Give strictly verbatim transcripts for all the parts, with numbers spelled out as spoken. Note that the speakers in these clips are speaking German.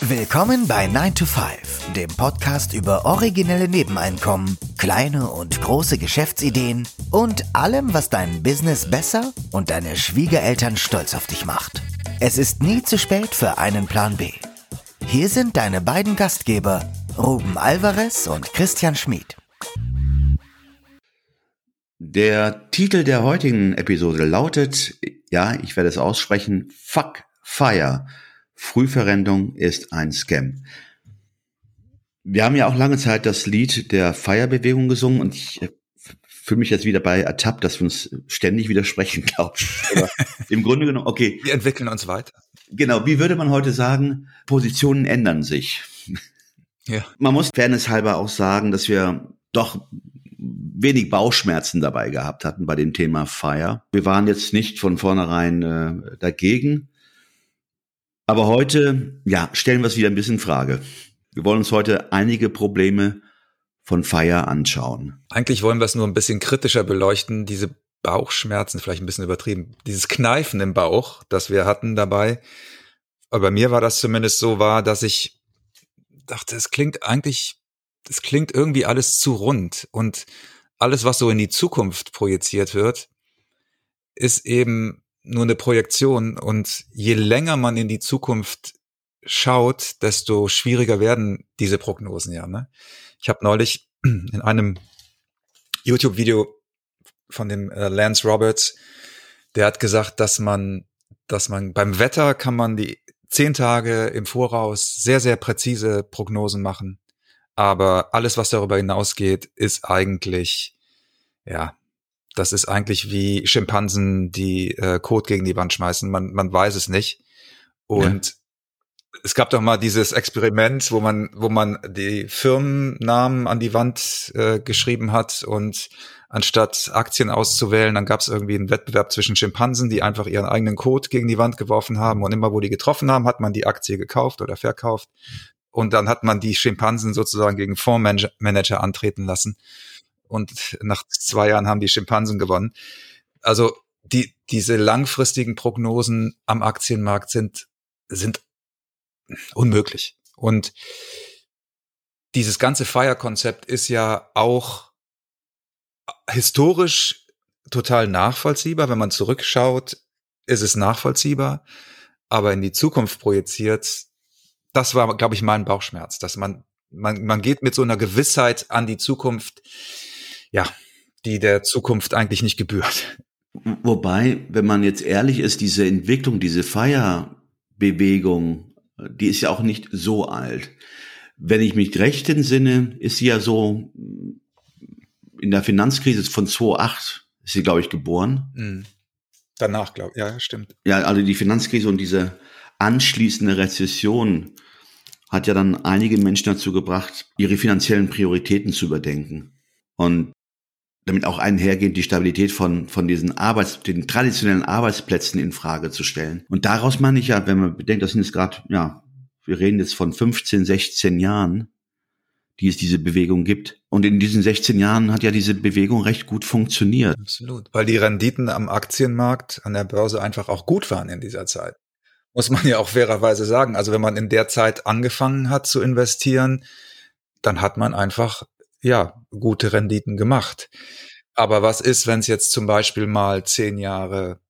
Willkommen bei nine to five, dem Podcast über originelle Nebeneinkommen, kleine und große Geschäftsideen und allem, was dein Business besser und deine Schwiegereltern stolz auf dich macht. Es ist nie zu spät für einen Plan B. Hier sind deine beiden Gastgeber, Ruben Alvarez und Christian Schmid. Der Titel der heutigen Episode lautet, ja, ich werde es aussprechen, Fuck Fire. Frühverrentung ist ein Scam. Wir haben ja auch lange Zeit das Lied der Fire-Bewegung gesungen und ich fühle mich jetzt wieder bei ertappt, dass wir uns ständig widersprechen, glaube ich. Aber im Grunde genommen, okay. Wir entwickeln uns weiter. Genau, wie würde man heute sagen, Positionen ändern sich. Ja. Man muss fairnesshalber auch sagen, dass wir doch wenig Bauchschmerzen dabei gehabt hatten bei dem Thema Fire. Wir waren jetzt nicht von vornherein äh, dagegen. Aber heute, ja, stellen wir es wieder ein bisschen in Frage. Wir wollen uns heute einige Probleme von Fire anschauen. Eigentlich wollen wir es nur ein bisschen kritischer beleuchten, diese Bauchschmerzen, vielleicht ein bisschen übertrieben, dieses Kneifen im Bauch, das wir hatten dabei. Aber bei mir war das zumindest so wahr, dass ich dachte, es klingt eigentlich, es klingt irgendwie alles zu rund. Und alles, was so in die Zukunft projiziert wird, ist eben nur eine Projektion, und je länger man in die Zukunft schaut, desto schwieriger werden diese Prognosen ja. Ne? Ich habe neulich in einem YouTube-Video von dem äh, Lance Roberts, der hat gesagt, dass man, dass man beim Wetter kann man die zehn Tage im Voraus sehr, sehr präzise Prognosen machen, aber alles, was darüber hinausgeht, ist eigentlich, ja, das ist eigentlich wie Schimpansen, die äh, Kot gegen die Wand schmeißen. Man, man weiß es nicht. Und ja. Es gab doch mal dieses Experiment, wo man, wo man die Firmennamen an die Wand äh, geschrieben hat, und anstatt Aktien auszuwählen, dann gab es irgendwie einen Wettbewerb zwischen Schimpansen, die einfach ihren eigenen Kot gegen die Wand geworfen haben, und immer wo die getroffen haben, hat man die Aktie gekauft oder verkauft. Und dann hat man die Schimpansen sozusagen gegen Fondsmanager antreten lassen. Und nach zwei Jahren haben die Schimpansen gewonnen. Also die diese langfristigen Prognosen am Aktienmarkt sind sind unmöglich. Und dieses ganze Fire-Konzept ist ja auch historisch total nachvollziehbar. Wenn man zurückschaut, ist es nachvollziehbar. Aber in die Zukunft projiziert, das war, glaube ich, mein Bauchschmerz, dass man man man geht mit so einer Gewissheit an die Zukunft, ja, die der Zukunft eigentlich nicht gebührt. Wobei, wenn man jetzt ehrlich ist, diese Entwicklung, diese Fire-Bewegung, die ist ja auch nicht so alt. Wenn ich mich recht entsinne, ist sie ja so in der Finanzkrise von zweitausendacht ist sie, glaube ich, geboren. Mhm. Danach, glaube ich, ja, stimmt. Ja, also die Finanzkrise und diese anschließende Rezession hat ja dann einige Menschen dazu gebracht, ihre finanziellen Prioritäten zu überdenken. Und damit auch einhergehend die Stabilität von von diesen Arbeits, den traditionellen Arbeitsplätzen in Frage zu stellen. Und daraus meine ich ja, wenn man bedenkt, das sind jetzt gerade, ja, wir reden jetzt von fünfzehn, sechzehn Jahren, die es diese Bewegung gibt. Und in diesen sechzehn Jahren hat ja diese Bewegung recht gut funktioniert. Absolut. Weil die Renditen am Aktienmarkt, an der Börse einfach auch gut waren in dieser Zeit. Muss man ja auch fairerweise sagen. Also wenn man in der Zeit angefangen hat zu investieren, dann hat man einfach ja, gute Renditen gemacht. Aber was ist, wenn es jetzt zum Beispiel mal zehn Jahre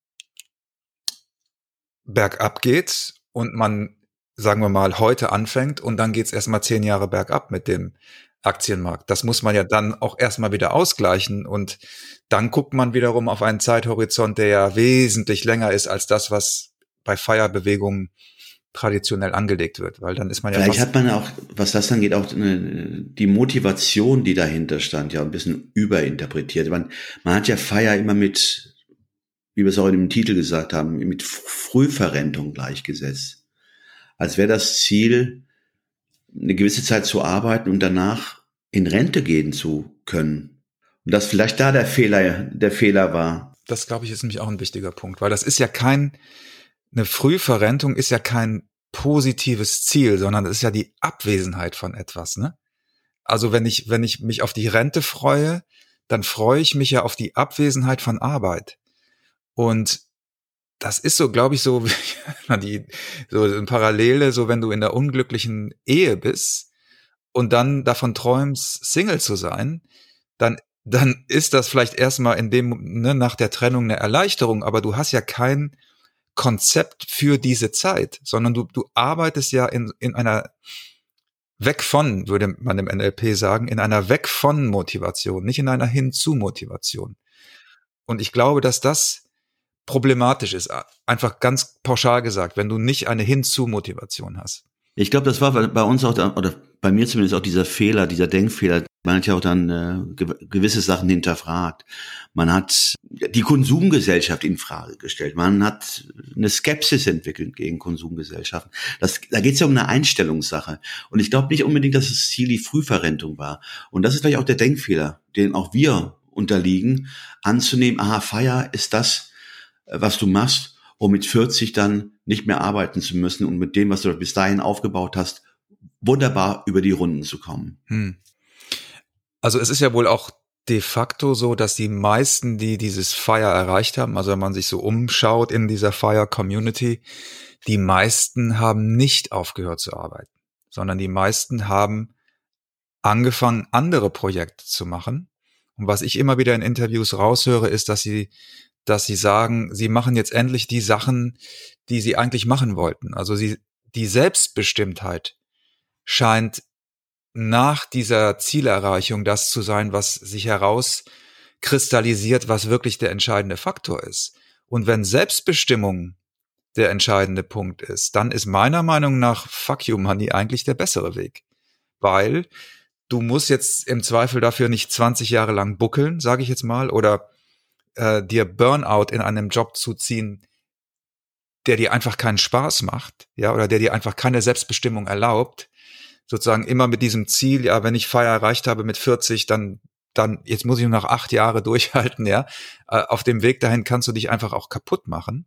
bergab geht und man, sagen wir mal, heute anfängt und dann geht es erstmal zehn Jahre bergab mit dem Aktienmarkt? Das muss man ja dann auch erstmal wieder ausgleichen, und dann guckt man wiederum auf einen Zeithorizont, der ja wesentlich länger ist als das, was bei Fire-Bewegungen traditionell angelegt wird, weil dann ist man ja vielleicht hat man auch, was das angeht, auch eine, die Motivation, die dahinter stand, ja ein bisschen überinterpretiert. Man, man hat ja Fire immer mit, wie wir es auch in dem Titel gesagt haben, mit Frühverrentung gleichgesetzt. Als wäre das Ziel, eine gewisse Zeit zu arbeiten und danach in Rente gehen zu können. Und dass vielleicht da der Fehler, der Fehler war. Das, glaube ich, ist nämlich auch ein wichtiger Punkt, weil das ist ja kein Eine Frühverrentung ist ja kein positives Ziel, sondern es ist ja die Abwesenheit von etwas, ne? Also wenn ich, wenn ich mich auf die Rente freue, dann freue ich mich ja auf die Abwesenheit von Arbeit. Und das ist so, glaube ich, so, die, so ein Parallele, so wenn du in der unglücklichen Ehe bist und dann davon träumst, Single zu sein, dann, dann ist das vielleicht erstmal in dem, ne, nach der Trennung eine Erleichterung, aber du hast ja kein Konzept für diese Zeit, sondern du, du arbeitest ja in, in einer weg von, würde man im N L P sagen, in einer weg von Motivation, nicht in einer hin zu Motivation. Und ich glaube, dass das problematisch ist, einfach ganz pauschal gesagt, wenn du nicht eine Hin-zu-Motivation hast. Ich glaube, das war bei uns auch, oder bei mir zumindest auch dieser Fehler, dieser Denkfehler. Man hat ja auch dann äh, gewisse Sachen hinterfragt. Man hat die Konsumgesellschaft in Frage gestellt. Man hat eine Skepsis entwickelt gegen Konsumgesellschaften. Das, da geht es ja um eine Einstellungssache. Und ich glaube nicht unbedingt, dass das Ziel die Frühverrentung war. Und das ist vielleicht auch der Denkfehler, den auch wir unterliegen, anzunehmen, aha, Feier ist das, was du machst, um mit vierzig dann nicht mehr arbeiten zu müssen und mit dem, was du bis dahin aufgebaut hast, wunderbar über die Runden zu kommen. Hm. Also es ist ja wohl auch de facto so, dass die meisten, die dieses Fire erreicht haben, also wenn man sich so umschaut in dieser Fire-Community, die meisten haben nicht aufgehört zu arbeiten, sondern die meisten haben angefangen, andere Projekte zu machen. Und was ich immer wieder in Interviews raushöre, ist, dass sie dass sie sagen, sie machen jetzt endlich die Sachen, die sie eigentlich machen wollten. Also sie, die Selbstbestimmtheit scheint nach dieser Zielerreichung das zu sein, was sich herauskristallisiert, was wirklich der entscheidende Faktor ist. Und wenn Selbstbestimmung der entscheidende Punkt ist, dann ist meiner Meinung nach Fuck You Money eigentlich der bessere Weg. Weil du musst jetzt im Zweifel dafür nicht zwanzig Jahre lang buckeln, sage ich jetzt mal, oder äh, dir Burnout in einem Job zuziehen, der dir einfach keinen Spaß macht, ja, oder der dir einfach keine Selbstbestimmung erlaubt, sozusagen immer mit diesem Ziel, ja, wenn ich Feier erreicht habe mit vierzig, dann, dann, jetzt muss ich nur noch acht Jahre durchhalten, ja. Äh, auf dem Weg dahin kannst du dich einfach auch kaputt machen.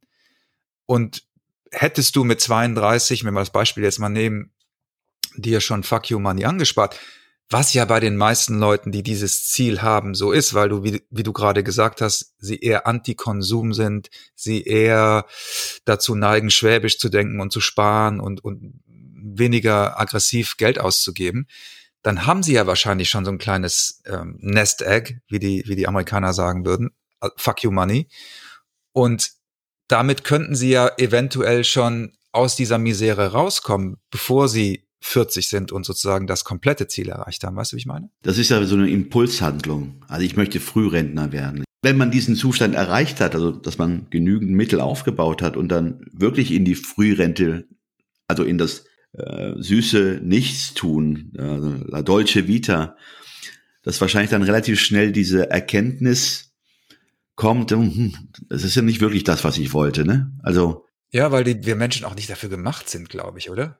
Und hättest du mit zweiunddreißig, wenn wir das Beispiel jetzt mal nehmen, dir schon Fuck You Money angespart, was ja bei den meisten Leuten, die dieses Ziel haben, so ist, weil du, wie, wie du gerade gesagt hast, sie eher Anti-Konsum sind, sie eher dazu neigen, schwäbisch zu denken und zu sparen und, und weniger aggressiv Geld auszugeben, dann haben sie ja wahrscheinlich schon so ein kleines ähm, Nest-Egg, wie die, wie die Amerikaner sagen würden, Fuck You Money. Und damit könnten sie ja eventuell schon aus dieser Misere rauskommen, bevor sie vierzig sind und sozusagen das komplette Ziel erreicht haben. Weißt du, wie ich meine? Das ist ja so eine Impulshandlung. Also ich möchte Frührentner werden. Wenn man diesen Zustand erreicht hat, also dass man genügend Mittel aufgebaut hat und dann wirklich in die Frührente, also in das äh, süße Nichtstun, äh, la dolce vita, dass wahrscheinlich dann relativ schnell diese Erkenntnis kommt, hm, das ist ja nicht wirklich das, was ich wollte, ne? Also ja, weil die, wir Menschen auch nicht dafür gemacht sind, glaube ich, oder?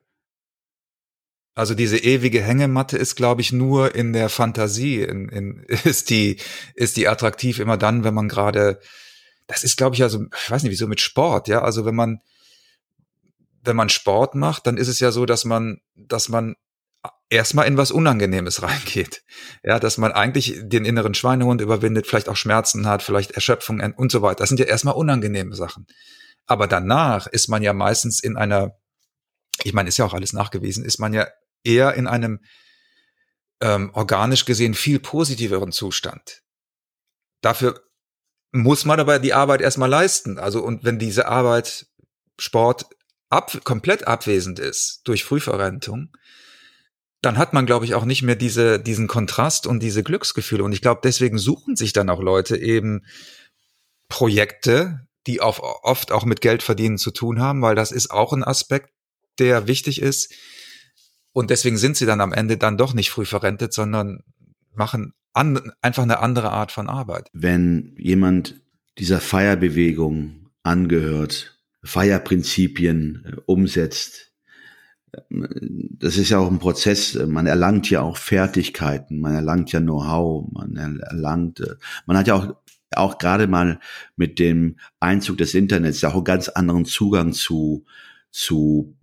Also diese ewige Hängematte ist, glaube ich, nur in der Fantasie, in, in, ist die, ist die attraktiv immer dann, wenn man gerade, das ist, glaube ich, also, ich weiß nicht, wieso mit Sport, ja, also wenn man, wenn man Sport macht, dann ist es ja so, dass man, dass man erstmal in was Unangenehmes reingeht, ja, dass man eigentlich den inneren Schweinehund überwindet, vielleicht auch Schmerzen hat, vielleicht Erschöpfung und so weiter. Das sind ja erstmal unangenehme Sachen. Aber danach ist man ja meistens in einer, ich meine, ist ja auch alles nachgewiesen, ist man ja eher in einem ähm, organisch gesehen viel positiveren Zustand. Dafür muss man aber die Arbeit erstmal leisten. Also und wenn diese Arbeit, Sport ab, komplett abwesend ist durch Frühverrentung, dann hat man, glaube ich, auch nicht mehr diese diesen Kontrast und diese Glücksgefühle. Und ich glaube, deswegen suchen sich dann auch Leute eben Projekte, die auf, oft auch mit Geld verdienen zu tun haben, weil das ist auch ein Aspekt, der wichtig ist. Und deswegen sind sie dann am Ende dann doch nicht früh verrentet, sondern machen an, einfach eine andere Art von Arbeit. Wenn jemand dieser Feierbewegung angehört, Feierprinzipien äh, umsetzt, äh, das ist ja auch ein Prozess, man erlangt ja auch Fertigkeiten, man erlangt ja Know-how, man erlangt, äh, man hat ja auch auch gerade mal mit dem Einzug des Internets ja auch einen ganz anderen Zugang zu zu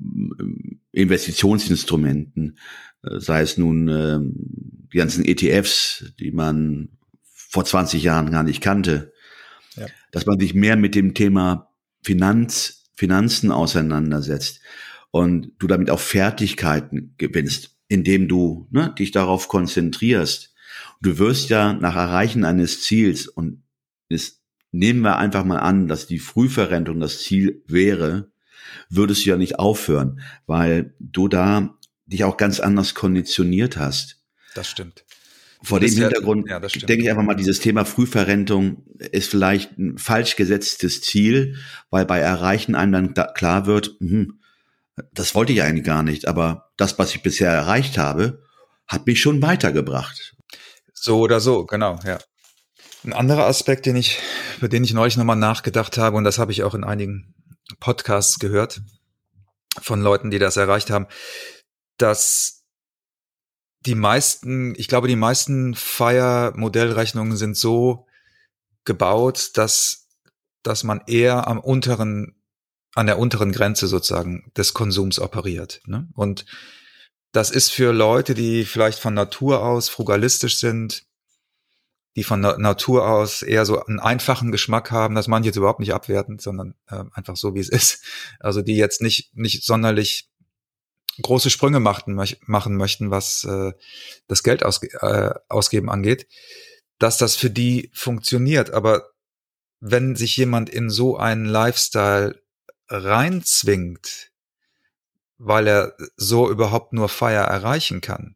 Investitionsinstrumenten, sei es nun äh, die ganzen E T Fs, die man vor zwanzig Jahren gar nicht kannte, ja. Dass man sich mehr mit dem Thema Finanz, Finanzen auseinandersetzt und du damit auch Fertigkeiten gewinnst, indem du ne, dich darauf konzentrierst. Du wirst ja nach Erreichen eines Ziels, und es, nehmen wir einfach mal an, dass die Frühverrentung das Ziel wäre, würdest du ja nicht aufhören, weil du da dich auch ganz anders konditioniert hast. Das stimmt. Vor dem Hintergrund ja, ja, denke ich einfach mal, dieses Thema Frühverrentung ist vielleicht ein falsch gesetztes Ziel, weil bei Erreichen einem dann da klar wird, hm, das wollte ich eigentlich gar nicht, aber das, was ich bisher erreicht habe, hat mich schon weitergebracht. So oder so, genau, ja. Ein anderer Aspekt, den ich, über den ich neulich nochmal nachgedacht habe, und das habe ich auch in einigen Podcasts gehört von Leuten, die das erreicht haben, dass die meisten, ich glaube, die meisten Fire-Modellrechnungen sind so gebaut, dass, dass man eher am unteren, an der unteren Grenze sozusagen des Konsums operiert, ne? Und das ist für Leute, die vielleicht von Natur aus frugalistisch sind, die von Na- Natur aus eher so einen einfachen Geschmack haben, das meine ich jetzt überhaupt nicht abwertend, sondern äh, einfach so, wie es ist. Also die jetzt nicht, nicht sonderlich große Sprünge machten, machen möchten, was äh, das Geld ausge- äh, ausgeben angeht, dass das für die funktioniert. Aber wenn sich jemand in so einen Lifestyle reinzwingt, weil er so überhaupt nur Feier erreichen kann,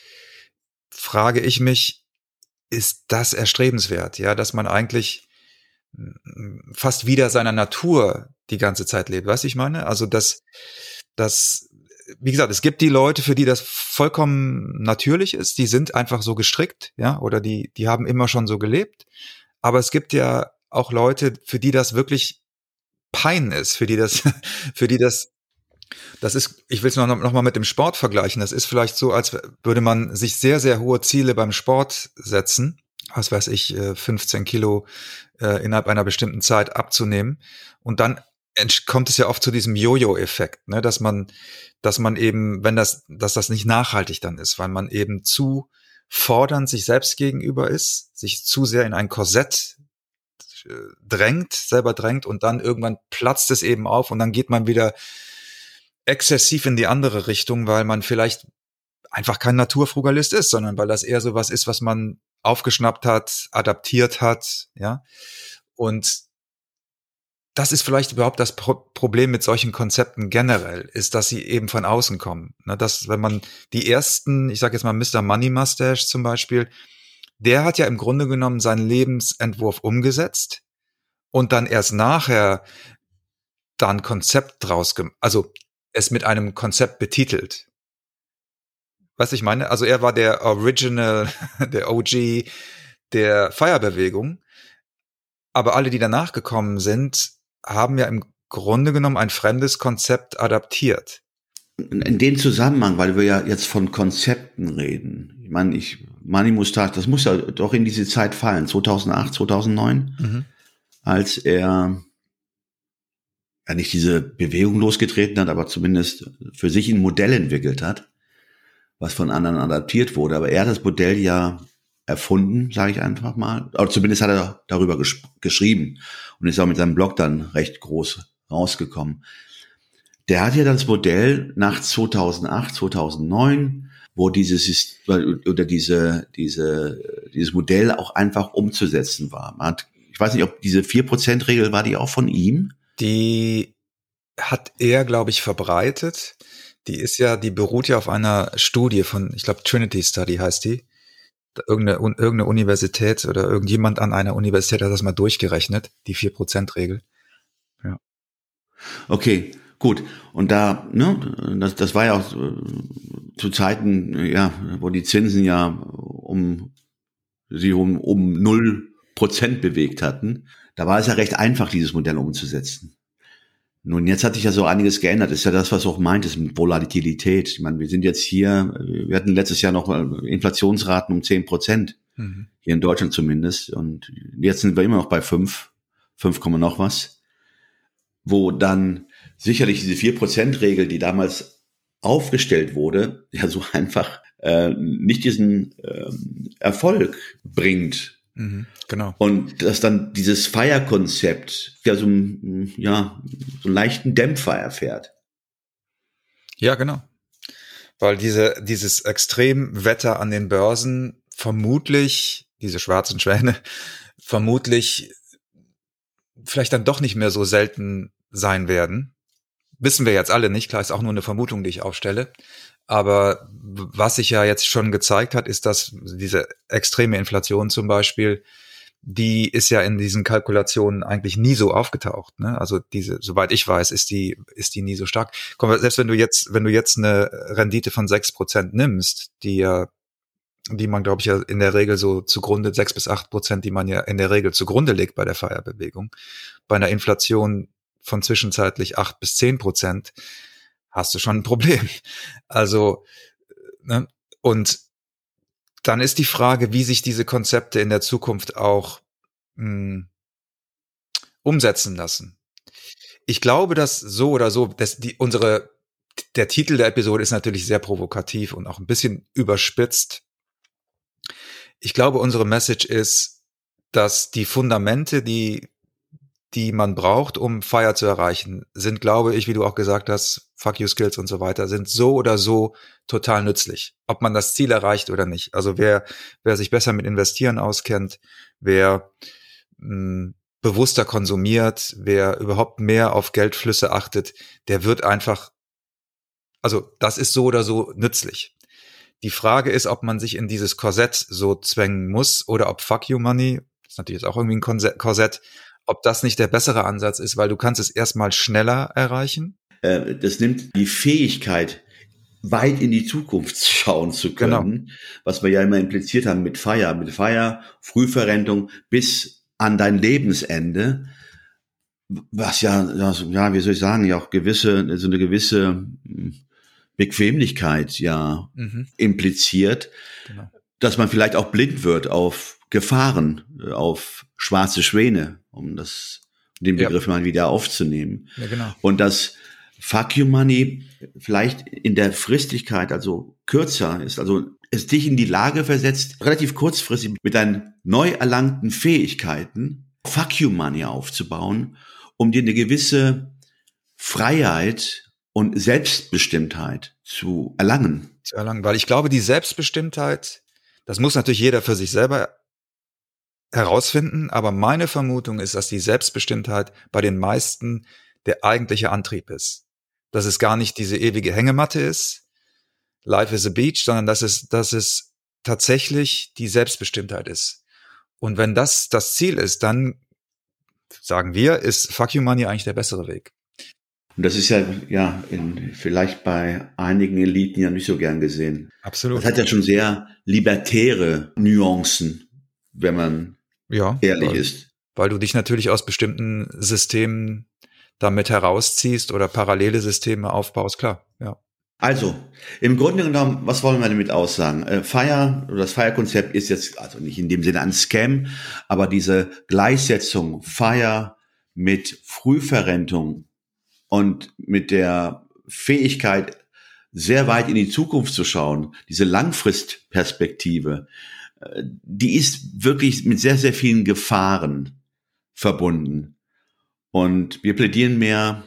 frage ich mich, ist das erstrebenswert? Ja, dass man eigentlich fast wider seiner Natur die ganze Zeit lebt. Weißt du, ich meine? Also das, das wie gesagt, es gibt die Leute, für die das vollkommen natürlich ist, die sind einfach so gestrickt, ja, oder die, die haben immer schon so gelebt. Aber es gibt ja auch Leute, für die das wirklich Pein ist, für die das, für die das, das ist, ich will es noch, noch mal mit dem Sport vergleichen. Das ist vielleicht so, als würde man sich sehr, sehr hohe Ziele beim Sport setzen, was weiß ich, fünfzehn Kilo äh, innerhalb einer bestimmten Zeit abzunehmen. Und dann kommt es ja oft zu diesem Jojo-Effekt, ne, dass man, dass man eben, wenn das, dass das nicht nachhaltig dann ist, weil man eben zu fordernd sich selbst gegenüber ist, sich zu sehr in ein Korsett äh, drängt, selber drängt, und dann irgendwann platzt es eben auf und dann geht man wieder exzessiv in die andere Richtung, weil man vielleicht einfach kein Naturfrugalist ist, sondern weil das eher so was ist, was man aufgeschnappt hat, adaptiert hat, ja. Und das ist vielleicht überhaupt das Pro- Problem mit solchen Konzepten generell, ist, dass sie eben von außen kommen. Ne, dass, wenn man die ersten, ich sage jetzt mal Mister Money Mustache zum Beispiel, der hat ja im Grunde genommen seinen Lebensentwurf umgesetzt und dann erst nachher da ein Konzept draus, gem- also es mit einem Konzept betitelt. Was ich meine? Also er war der Original, der O G der Feierbewegung, aber alle, die danach gekommen sind, haben ja im Grunde genommen ein fremdes Konzept adaptiert. In dem Zusammenhang, weil wir ja jetzt von Konzepten reden. Ich meine, ich, Money Mustache, das muss ja doch in diese Zeit fallen, zweitausendacht, zweitausendneun, mhm. als er ja nicht diese Bewegung losgetreten hat, aber zumindest für sich ein Modell entwickelt hat, was von anderen adaptiert wurde. Aber er hat das Modell ja erfunden, sage ich einfach mal. Oder zumindest hat er darüber gesch- geschrieben und ist auch mit seinem Blog dann recht groß rausgekommen. Der hat ja das Modell nach zweitausendacht, zweitausendneun, wo dieses oder diese diese dieses Modell auch einfach umzusetzen war. Man hat, ich weiß nicht, ob diese vier Prozent Regel war, die auch von ihm? Die hat er, glaube ich, verbreitet. Die ist ja, die beruht ja auf einer Studie von, ich glaube, Trinity Study heißt die. Irgendeine, irgendeine Universität oder irgendjemand an einer Universität hat das mal durchgerechnet, die vier Prozent Regel. Ja. Okay, gut. Und da, ne, das, das war ja auch zu Zeiten, ja, wo die Zinsen ja um, sie um, um null Prozent bewegt hatten. Da war es ja recht einfach, dieses Modell umzusetzen. Nun, jetzt hat sich ja so einiges geändert. Das ist ja das, was du auch meintest mit Volatilität. Ich meine, wir sind jetzt hier, wir hatten letztes Jahr noch Inflationsraten um zehn Prozent. Mhm. Hier in Deutschland zumindest. Und jetzt sind wir immer noch bei fünf, fünf, noch was. Wo dann sicherlich diese vier Prozent Regel, die damals aufgestellt wurde, ja so einfach äh, nicht diesen äh, Erfolg bringt. Mhm, genau. Und dass dann dieses Fire-Konzept ja so, ein, ja, so einen leichten Dämpfer erfährt. Ja, genau. Weil diese, dieses Extremwetter an den Börsen vermutlich, diese schwarzen Schwäne, vermutlich vielleicht dann doch nicht mehr so selten sein werden. Wissen wir jetzt alle nicht, klar, ist auch nur eine Vermutung, die ich aufstelle. Aber was sich ja jetzt schon gezeigt hat, ist, dass diese extreme Inflation zum Beispiel, die ist ja in diesen Kalkulationen eigentlich nie so aufgetaucht, ne? Also diese, soweit ich weiß, ist die, ist die nie so stark. Komm, selbst wenn du jetzt, wenn du jetzt eine Rendite von sechs Prozent nimmst, die ja, die man, glaube ich, ja in der Regel so zugrunde, sechs bis acht Prozent, die man ja in der Regel zugrunde legt bei der Feierbewegung, bei einer Inflation von zwischenzeitlich acht bis zehn Prozent, hast du schon ein Problem. Also, ne? Und dann ist die Frage, wie sich diese Konzepte in der Zukunft auch mh, umsetzen lassen. Ich glaube, dass so oder so, dass die, unsere, der Titel der Episode ist natürlich sehr provokativ und auch ein bisschen überspitzt. Ich glaube, unsere Message ist, dass die Fundamente, die die man braucht, um Fire zu erreichen, sind, glaube ich, wie du auch gesagt hast, Fuck you Skills und so weiter, sind so oder so total nützlich, ob man das Ziel erreicht oder nicht. Also wer wer sich besser mit Investieren auskennt, wer mh, bewusster konsumiert, wer überhaupt mehr auf Geldflüsse achtet, der wird einfach, also das ist so oder so nützlich. Die Frage ist, ob man sich in dieses Korsett so zwängen muss oder ob Fuck you Money, das ist natürlich jetzt auch irgendwie ein Korsett, ob das nicht der bessere Ansatz ist, weil du kannst es erstmal schneller erreichen. Äh, das nimmt die Fähigkeit, weit in die Zukunft schauen zu können, genau. Was wir ja immer impliziert haben mit Fire, mit Fire, Frühverrentung bis an dein Lebensende, was ja, ja, wie soll ich sagen, ja auch gewisse, so eine gewisse Bequemlichkeit ja mhm. impliziert, genau. Dass man vielleicht auch blind wird auf Gefahren, auf schwarze Schwäne, um das, den Begriff ja. mal wieder aufzunehmen. Ja, genau. Und das Fuck you Money vielleicht in der Fristigkeit, also kürzer ist, also es dich in die Lage versetzt, relativ kurzfristig mit deinen neu erlangten Fähigkeiten Fuck you Money aufzubauen, um dir eine gewisse Freiheit und Selbstbestimmtheit zu erlangen. Zu erlangen, weil ich glaube, die Selbstbestimmtheit, das muss natürlich jeder für sich selber herausfinden, aber meine Vermutung ist, dass die Selbstbestimmtheit bei den meisten der eigentliche Antrieb ist. Dass es gar nicht diese ewige Hängematte ist, Life is a Beach, sondern dass es, dass es tatsächlich die Selbstbestimmtheit ist. Und wenn das das Ziel ist, dann sagen wir, ist Fuck you Money eigentlich der bessere Weg. Und das ist ja, ja, in, vielleicht bei einigen Eliten ja nicht so gern gesehen. Absolut. Das hat ja schon sehr libertäre Nuancen, wenn man ja, ehrlich weil, ist. Weil du dich natürlich aus bestimmten Systemen damit herausziehst oder parallele Systeme aufbaust, klar, ja. Also, im Grunde genommen, was wollen wir damit aussagen? Äh, Fire, oder das Fire-Konzept ist jetzt, also nicht in dem Sinne ein Scam, aber diese Gleichsetzung Fire mit Frühverrentung und mit der Fähigkeit, sehr weit in die Zukunft zu schauen, diese Langfristperspektive, die ist wirklich mit sehr, sehr vielen Gefahren verbunden. Und wir plädieren mehr,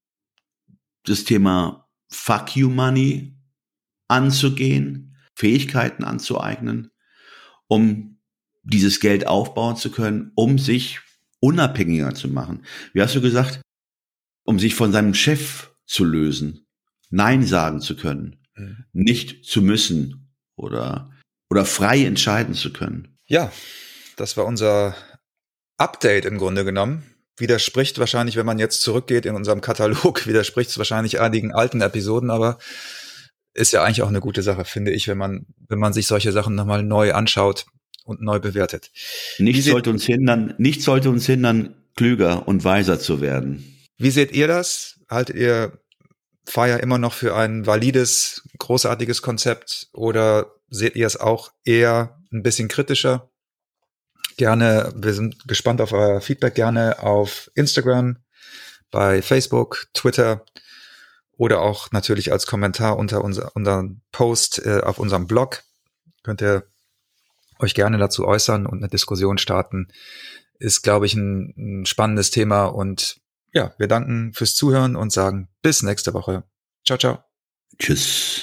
das Thema Fuck you Money anzugehen, Fähigkeiten anzueignen, um dieses Geld aufbauen zu können, um sich unabhängiger zu machen. Wie hast du gesagt? Um sich von seinem Chef zu lösen, Nein sagen zu können, mhm. nicht zu müssen oder, oder frei entscheiden zu können. Ja, das war unser Update im Grunde genommen. Widerspricht wahrscheinlich, wenn man jetzt zurückgeht in unserem Katalog, widerspricht es wahrscheinlich einigen alten Episoden, aber ist ja eigentlich auch eine gute Sache, finde ich, wenn man, wenn man sich solche Sachen nochmal neu anschaut und neu bewertet. Nichts sollte uns hindern, nichts sollte uns hindern, klüger und weiser zu werden. Wie seht ihr das? Haltet ihr Fire immer noch für ein valides, großartiges Konzept oder seht ihr es auch eher ein bisschen kritischer? Gerne, wir sind gespannt auf euer Feedback, gerne auf Instagram, bei Facebook, Twitter oder auch natürlich als Kommentar unter unser, unseren Post äh, auf unserem Blog. Könnt ihr euch gerne dazu äußern und eine Diskussion starten. Ist, glaube ich, ein, ein spannendes Thema. Und ja, wir danken fürs Zuhören und sagen bis nächste Woche. Ciao, ciao. Tschüss.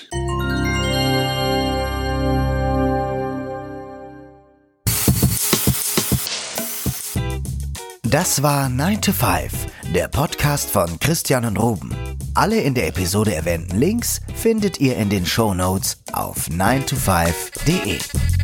Das war nine to five, der Podcast von Christian und Ruben. Alle in der Episode erwähnten Links findet ihr in den Shownotes auf nine to five punkt de.